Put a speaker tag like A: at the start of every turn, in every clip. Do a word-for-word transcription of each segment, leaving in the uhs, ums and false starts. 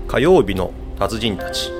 A: 火曜日の達人たち。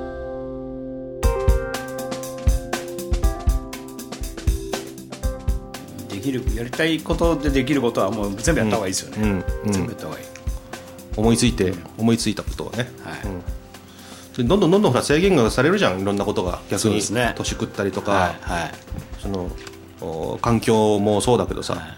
B: できるやりたいことでできることはもう全部やった方がいいですよね、うんうん、全部やった方がいい。
A: 思いついて、うん、思いついたことをね、
B: はい
A: うん、どんどんどんどんほら制限がされるじゃん、いろんなことが。逆に
B: ね、
A: 年食ったりとか、
B: はいはい、
A: その環境もそうだけどさ、はい、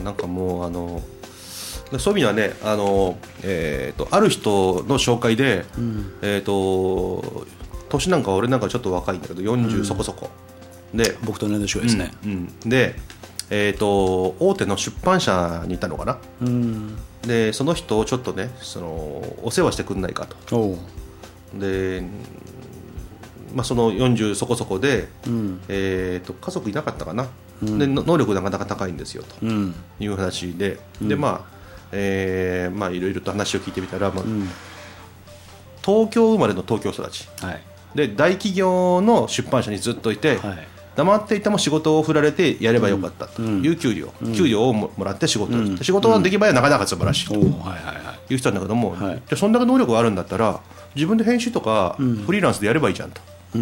A: なんかもうあのそういう意味ではね、あの、えー、とある人の紹介で、うん、えー、と年なんか俺なんかちょっと若いんだけどよんじゅうそこそこ、うん、で
B: 僕と同じ年ですね、
A: うんうん、で、えー、と大手の出版社にいたのかな、うん、でその人をちょっとねそのお世話してくんないかと。で、まあ、そのよんじゅうそこそこで、うんえー、と家族いなかったかな、うん、で能力なかなか高いんですよという話で、うん、でまあえー、まあいろいろと話を聞いてみたら、まあうん、東京生まれの東京育ち、はい、で大企業の出版社にずっといて、はい、黙っていても仕事を振られてやればよかったという給料、うん、給料をもらって仕事を、うん、仕事の出来栄えはなかなか素晴らしいという人なんだけども、はい、じゃそんだけ能力があるんだったら自分で編集とかフリーランスでやればいいじゃんと、うん、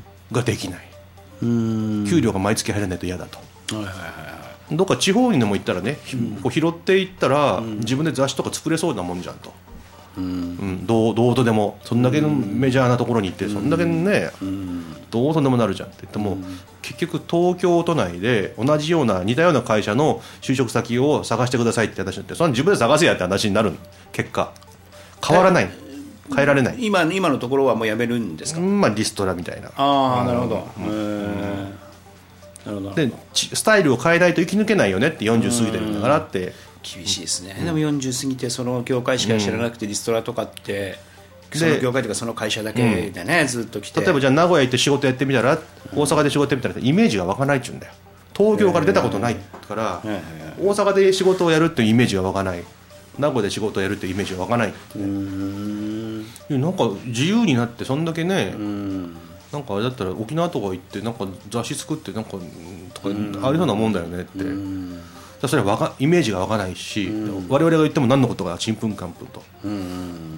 A: ができない、うん、給料が毎月入らないと嫌だと、はいはいはい、どっか地方にでも行ったらね、うん、こう拾っていったら、うん、自分で雑誌とか作れそうなもんじゃんと、うんうん、どうどうとでもそんだけのメジャーなところに行って、うん、そんだけね、うん、どうとでもなるじゃんって言っても、うん、結局東京都内で同じような似たような会社の就職先を探してくださいって話になって、その自分で探せやって話になる。結果変わらない、変えられない。
B: 今, 今のところはもうやめるんですか。
A: まあ、リストラみたいな。
B: ああなるほど、うんうん
A: なるほど。でスタイルを変えないと生き抜けないよねってよんじゅう過ぎてるんだからって。
B: 厳しいですね、うん、でもよんじゅう過ぎてその業界しか知らなくて、リストラとかってその業界というかその会社だけでね、うん、ずっと来て、
A: 例えばじゃあ名古屋行って仕事やってみたら、大阪で仕事やってみたらイメージが湧かないっちゅうんだよ。東京から出たことないから、大阪で仕事をやるっていうイメージが湧かない、名古屋で仕事をやるっていうイメージが湧かない。うーんなんか自由になってそんだけね、うんなんかあれだったら沖縄とか行ってなんか雑誌作ってなんかとかありそうなもんだよねって。うんそれはわかイメージが湧かないし、うん、我々が言っても何のことかちんぷんかんぷんと、うん、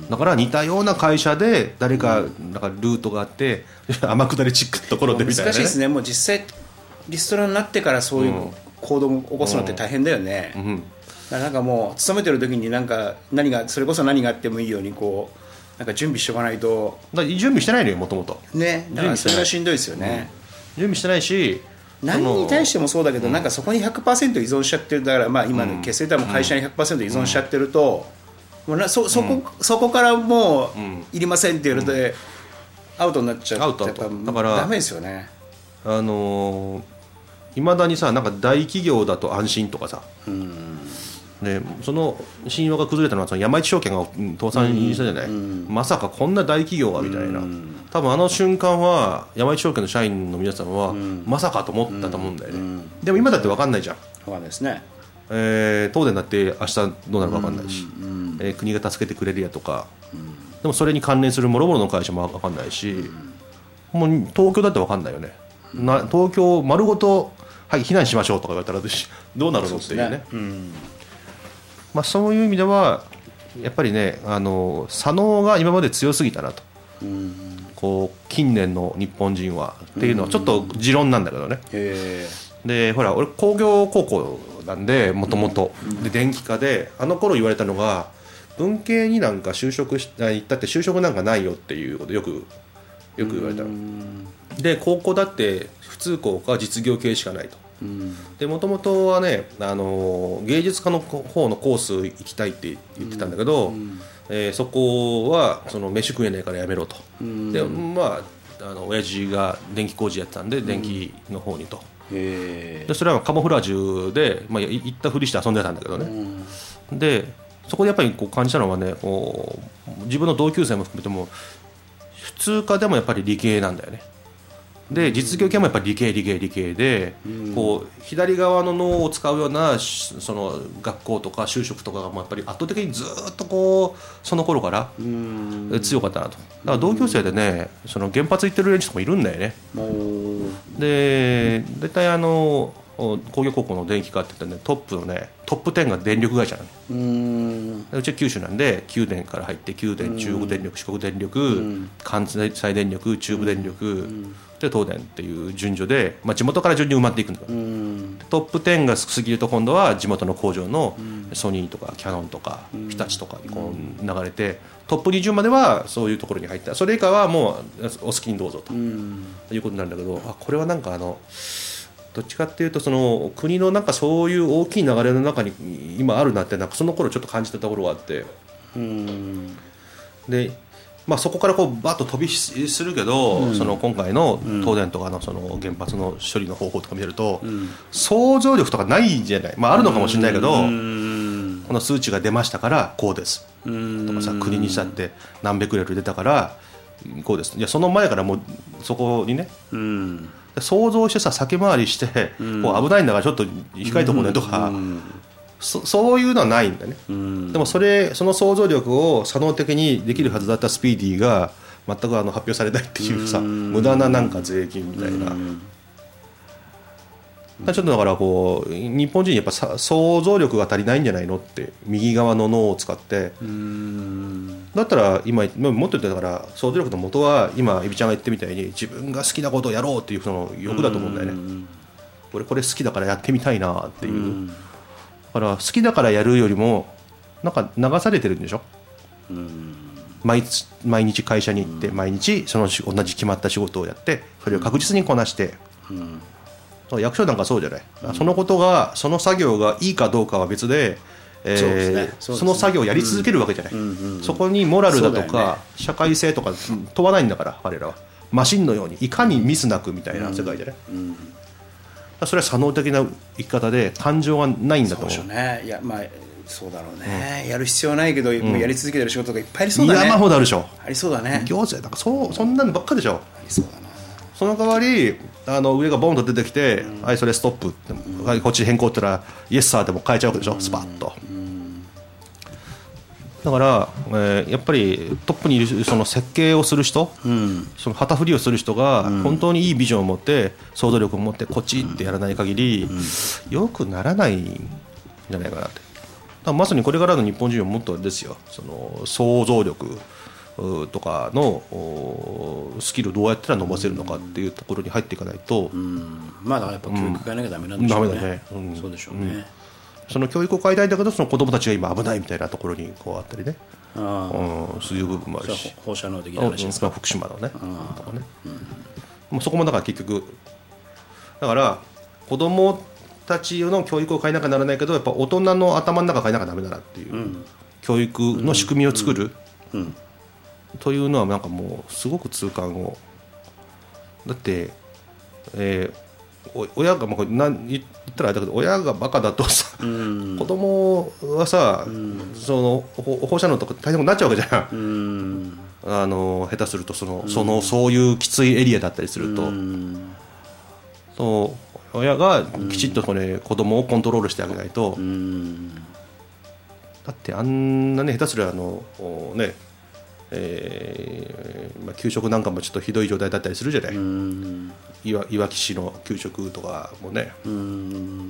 A: だから似たような会社で誰かなんかルートがあって天下りチックなところでみたいな、ね、
B: 難しいですね。もう実際リストラになってからそういう行動を起こすのって大変だよね、うんうん、だからなんかもう勤めてる時になんか何がそれこそ何があってもいいようにこうなんか準備しておかないと。
A: だから準備してないのよもともと
B: ね。だからそれがしんどいですよね、
A: うん、準備してないし
B: 何に対してもそうだけど、なんかそこに ひゃくパーセント 依存しちゃってる。だからまあ今の結成でも会社に ひゃくパーセント 依存しちゃってると、もうな そ, そ, こそこからもういりませんって言われてアウトになっちゃうとやっぱだからダメですよね。
A: あのいまだにさなんか大企業だと安心とかさ、うんでその信用が崩れたのはその山一証券が倒産したじゃない、うん、まさかこんな大企業がみたいな、うん、多分あの瞬間は山一証券の社員の皆さんは、うん、まさかと思ったと思うんだよね、うん、でも今だって分かんないじゃん。
B: 分かんないですね、
A: えー、東電だって明日どうなるか分かんないし、うんえー、国が助けてくれるやとか、うん、でもそれに関連する諸々の会社も分かんないし、うん、もう東京だって分かんないよね、うん、な東京丸ごと、はい、避難しましょうとか言われたらどうなるのっていうね。まあ、そういう意味ではやっぱりねあの左脳が今まで強すぎたなと、うん、こう近年の日本人はっていうのはちょっと持論なんだけどね、うん、でほら俺工業高校なんでもともと電気科であの頃言われたのが文系になんか就職し行ったって就職なんかないよっていうことよくよく言われたの、うん、で高校だって普通校か実業系しかないと。もともとはね、あのー、芸術科の方のコース行きたいって言ってたんだけど、うんえー、そこはその飯食えないからやめろと、うん、でまああの親父が電気工事やってたんで、うん、電気の方にとへでそれはカモフラージュで、まあ、行ったふりして遊んでたんだけどね、うん、でそこでやっぱりこう感じたのはねこう自分の同級生も含めても普通科でもやっぱり理系なんだよね。で実業系もやっぱり理系理系理系で、うん、こう左側の脳を使うようなその学校とか就職とかがやっぱり圧倒的にずっとこうその頃から強かったなと。だから同級生でねその原発行ってる連中とかもいるんだよね。で大体あの工業高校の電気科って言ったらねトップのねトップじゅうが電力会社なの。うーんうちは九州なんで九電から入って九電、中国電力、四国電力、関西電力、中部電力で東電っていう順序で、まあ、地元から順に埋まっていくんだから。トップじゅうが過ぎると今度は地元の工場のソニーとかキヤノンとか日立とかにこう流れてトップにじゅうまではそういうところに入った。それ以下はもうお好きにどうぞということなんだけど、あこれはなんかあのどっちかっていうとその国のなんかそういう大きい流れの中に今あるなってなんかその頃ちょっと感じたところがあって、うんで、まあ、そこからこうバッと飛びするけど、うん、その今回の東電とかのその原発の処理の方法とか見ると、うん、想像力とかないんじゃない、まあ、あるのかもしれないけど、うん、この数値が出ましたからこうですとかさ、国にしたって何ベクレル出たからこうです。いやその前からもうそこにね、うん想像してさ先回りして、うん、こう危ないんだからちょっと控えとこうねとか、うん、そ, そういうのはないんだね、うん、でもそれその想像力を作能的にできるはずだったスピーディーが全くあの発表されないっていうさ、うん、無駄ななんか税金みたいな、うん、ちょっとだからこう日本人やっぱさ想像力が足りないんじゃないのって右側の脳を使って、うん、だったら今もっと言ってだから想像力の元は今エビちゃんが言ってみたいに自分が好きなことをやろうっていうその欲だと思うんだよね、うん、俺これ好きだからやってみたいなっていう、うん、だから好きだからやるよりもなんか流されてるんでしょ、うん、毎日、毎日会社に行って、うん、毎日その同じ決まった仕事をやってそれを確実にこなして、うん役所なんかそうじゃない、うん、そのことがその作業がいいかどうかは別で、えー そうですね、そうですね、その作業をやり続けるわけじゃない、うんうんうん、そこにモラルだとか、ね、社会性とか問わないんだから彼らはマシンのようにいかにミスなくみたいな世界じゃない、うんうんうん、それは作能的な生き方で感情がないんだと思う。
B: そうでしょうね。いや、まあ、そうだろうね、うん、やる必要ないけど、うん、もうやり続けてる仕事がいっぱいありそうだね。
A: 山ほどあるでしょ。
B: ありそうだね。
A: 行政なんか そ, そんなのばっかでしょ。
B: ありそうだな。
A: その代わりあの上がボンと出てきて、うん、はいそれストップって、うん、はいこっち変更って言ったらイエスサーでも変えちゃうわけでしょ、うん、スパッと、うん、だから、えー、やっぱりトップにいるその設計をする人、うん、その旗振りをする人が本当にいいビジョンを持って想像力を持ってこっちってやらない限り、うんうん、よくならないんじゃないかなって。だからまさにこれからの日本人はもっとですよ、その想像力とかのスキルをどうやったら伸ばせるのかっていうところに入っていかないと、うん、
B: まあだからやっぱ教育変えなきゃダメなんでしょうね、うん、ダメだね、うん、そうでしょうね、うん、
A: その教育を変えたいんだけどその子どもたちが今危ないみたいなところにこうあったりね、あ、うん、そういう部分もあるし、
B: 放射能的な話ですか、
A: 福島のね、とかね、うん、もうそこもだから結局だから子どもたちの教育を変えなきゃならないけどやっぱ大人の頭の中変えなきゃダメだなっていう、うん、教育の仕組みを作る、うんうんうんというのはなんかもうすごく痛感をだって、えー、親が、まあ、何言ったらあれだけど親がバカだとさ、うん、子供はさ、うん、その放射能とか大変になっちゃうわけじゃん、うん、あの下手するとその、うん、そのそういうきついエリアだったりすると、うん、そう親がきちっとこれ、うん、子供をコントロールしてあげないと、うん、だってあんなね下手するあのねえーまあ、給食なんかもちょっとひどい状態だったりするじゃない。うん、いわ、いわき市の給食とかもね、うん、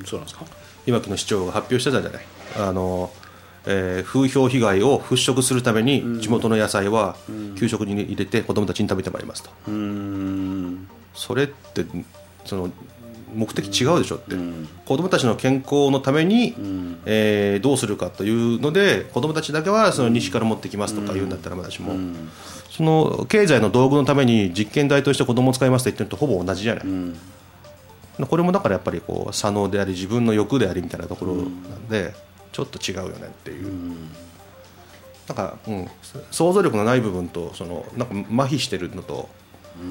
A: そうなんですか。いわきの市長が発表してたじゃない。あの、えー、風評被害を払拭するために地元の野菜は給食に入れて子どもたちに食べてもらいますと、うん、それってその目的違うでしょって、うん、子どもたちの健康のために、うんえー、どうするかというので子どもたちだけはその西から持ってきますとか言うんだったらまだしも、うん、その経済の道具のために実験台として子どもを使いますと言ってるのとほぼ同じじゃない、うん、これもだからやっぱりこう左脳であり自分の欲でありみたいなところなんで、うん、ちょっと違うよねっていう、うん、なんか、うん、想像力のない部分とそのなんか麻痺してるのと、うん、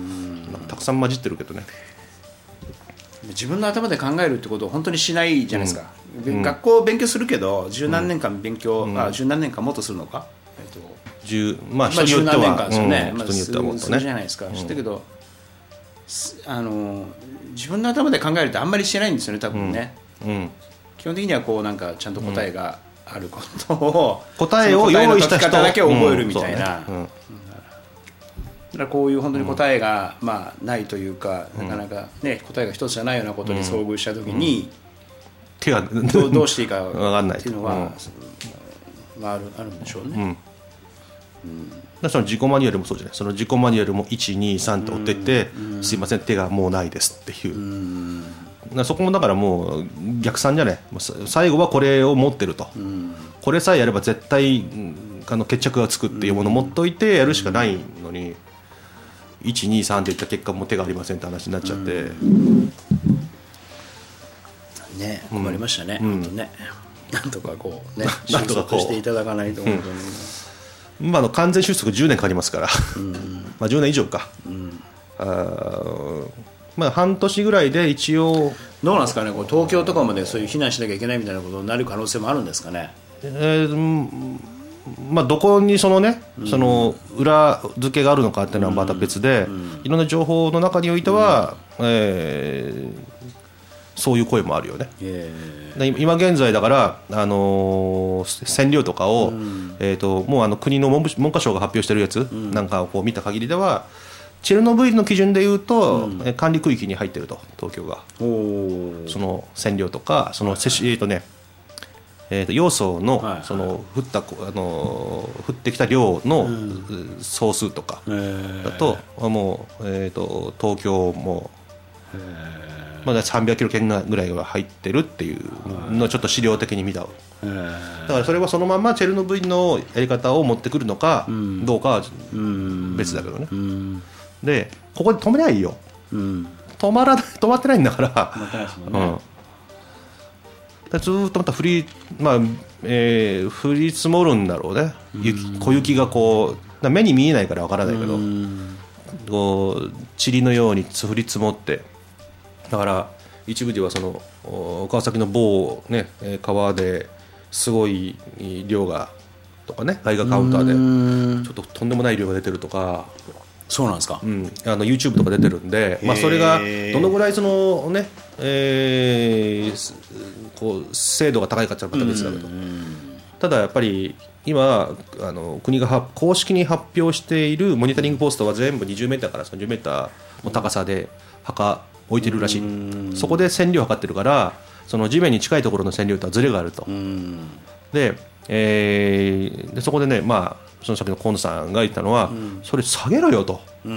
A: なんかたくさん混じってるけどね。
B: 自分の頭で考えるってことを本当にしないじゃないですか、うん、学校勉強するけど十何年間勉強、うん、あ十何年間もっとするのか、えっと
A: 十まあ人によっては、
B: まあ、十何年間ですよね、
A: うんまあ、人によってはもっとねする
B: じゃないですか、うん、知ったけどあの自分の頭で考えるってあんまりしてないんですよね多分ね、うんうん、基本的にはこうなんかちゃんと答えがあることを、
A: うん、答えを用意した人
B: その答えの解き方だけ覚えるみたいな、うんうんだこういう本当に答えが、うん、まあ、ないというか、なかなか、ね、答えが一つじゃないようなことに遭遇したときに、うん、
A: 手が
B: どう、どうしていいか
A: 分かんない
B: っていうのは、うん、まあ、ある、あるんでしょうね。うん
A: うんだその自己マニュアルもそうじゃない、その自己マニュアルもいちにさんと追っていって、うん、すいません手がもうないですっていう、うん、だそこもだからもう逆算じゃない、最後はこれを持ってると、うん、これさえやれば絶対あの決着がつくっていうものを持っといてやるしかないのに、いちにさんって言った結果もう手がありませんって話になっちゃって、うん、
B: ね困りましたね、うん、本当ねなんとかこうね収束していただかないと本当に、
A: うんまあ、あの完全収束じゅうねんかかりますから、うんまあ、じゅうねん以上か、うん、あまあ、半年ぐらいで一応
B: どうなんですかね、こう東京とかまでそういう避難しなきゃいけないみたいなことになる可能性もあるんですかね。
A: えーまあ、どこにその、ね、その裏付けがあるのかっていうのはまた別で、うん、いろんな情報の中においては、うんえー、そういう声もあるよね。今現在だから、あのー、占領とかを、うんえー、ともうあの国の文文科省が発表してるやつなんかをこう見た限りでは、チェルノブイリの基準でいうと、うん、管理区域に入ってると東京がその占領とかその、はいはいえーとねえー、と要素の、はいはい、その降った、あのー、降ってきた量の総数とかだと、うん、もう、えー、と東京もまださんびゃくキロ圏ぐらいは入ってるっていうのをちょっと資料的に見た。だからそれはそのままチェルノブイリのやり方を持ってくるのかどうかは別だけどね、うん、でここで止めないよ、うん、止まらない止まってないんだから、うん、ずっとまた降り、まあえー、降り積もるんだろうね、雪小雪がこう目に見えないからわからないけど、うん、こう塵のように降り積もってだから一部ではその川崎の某、ね、川ですごい量がとかね、絵画カウンターでちょっととんでもない量が出てるとか。
B: そうなんですか、
A: うん、あの YouTube とか出てるんで、まあ、それがどのぐらいその、ねえー、こう精度が高いかっていうのはまた別だけど、ただやっぱり今あの国が公式に発表しているモニタリングポストは全部にじゅうメーターからさんじゅうメーターの高さで墓置いてるらしい。そこで線量を測ってるからその地面に近いところの線量とはズレがあると。で、えー、でそこでね、まあ、その先の河野さんが言ったのは、うん、それ下げろよと、うん、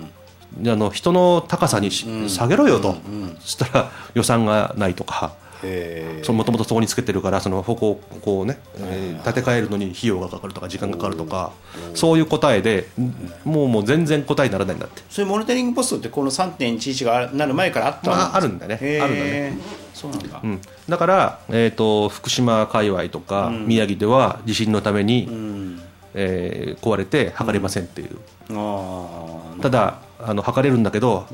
A: あの人の高さに、うん、下げろよと、うんうん、そしたら予算がないとか、もともとそこにつけてるからその方向をこう、ねえー、建て替えるのに費用がかかるとか時間がかかるとか、そういう答えでもう、もう全然答えにならないんだって。
B: そういうモニタリングポストってこの さんてんいちいち がなる前からあったんですか、
A: まあ、あるんだね。あるんだね。
B: そうなんだ、
A: うん、だから、えーと、福島界隈とか、うん、宮城では地震のために、うんえー、壊れて測れませんっていう、うん、あただあの測れるんだけど、うん、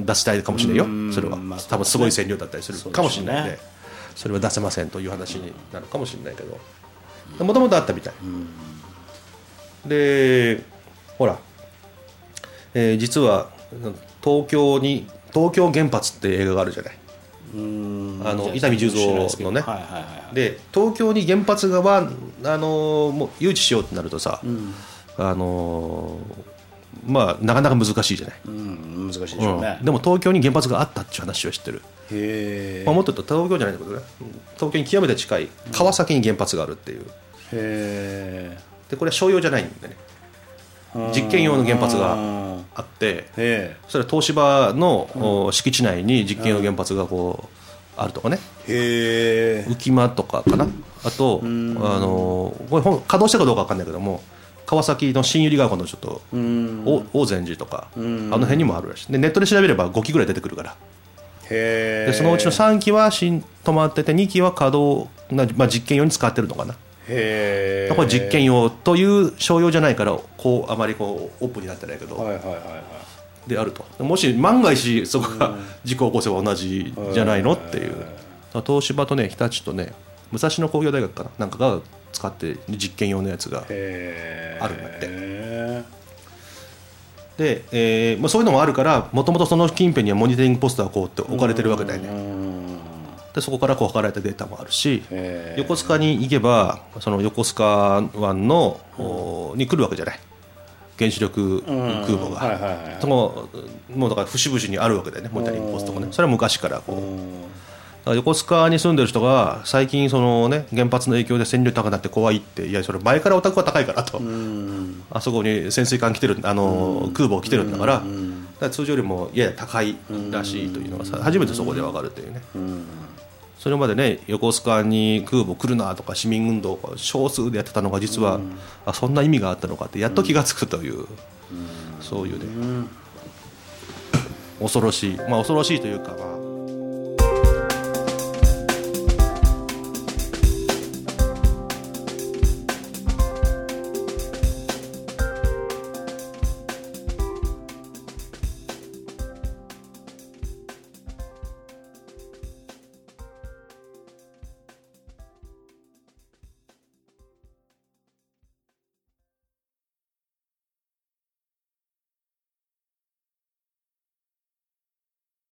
A: 出したいかもしれないよ、うん、それは、まあ、多分すごい線量だったりするかもしれないの で, で、ね、それは出せませんという話になるかもしれないけど、もともとあったみたい、うん、でほら、えー、実は東京に東京原発って映画があるじゃない。うーんあの伊丹十三のね、はいはいはい、で東京に原発側あのもう誘致しようってなるとさ、うん、あのまあなかなか難しいじゃない、うん、
B: 難しいでしょうね、
A: うん、でも東京に原発があったっていう話は知ってる。へ、まあ、もっと言うと東京じゃないんだけどね、東京に極めて近い川崎に原発があるっていう、うん、へでこれは商用じゃないんでね、実験用の原発があって、それは東芝の敷地内に実験用原発がこうあるとかね、へ浮間とかかな、あとあのこれ稼働したかどうか分かんないけども川崎の新百合ヶ丘のちょっと大善寺とかあの辺にもあるらしい。でネットで調べればごきぐらい出てくるから、へでそのうちのさんきは止まっててにきは稼働な、まあ、実験用に使ってるのかな。へこれ実験用という商用じゃないからこうあまりこうオープンになってないけど、はいはいはいはい、であると。もし万が一そこが事故を起こせば同じじゃないのっていう、東芝とね日立とね武蔵野工業大学かななんかが使って実験用のやつがあるんだって。で、えーまあ、そういうのもあるからもともとその近辺にはモニタリングポストがこうって置かれてるわけだよね。でそこからこう測られたデータもあるし、横須賀に行けばその横須賀湾の、うん、に来るわけじゃない原子力空母がそのもうだから節々にあるわけだよね、モニタリングポストもね。それは昔からこうだから横須賀に住んでる人が最近その、ね、原発の影響で線量高くなって怖いって、いやそれ前からオタクは高いからと、あそこに潜水艦来てるあの空母来てるんだから、だから通常よりもやや高いらしいというのがさ初めてそこで分かるというね。それまでね横須賀に空母来るなとか市民運動を少数でやってたのが実は、あそんな意味があったのかってやっと気がつくという、そういうね恐ろしい、まあ恐ろしいというかまあ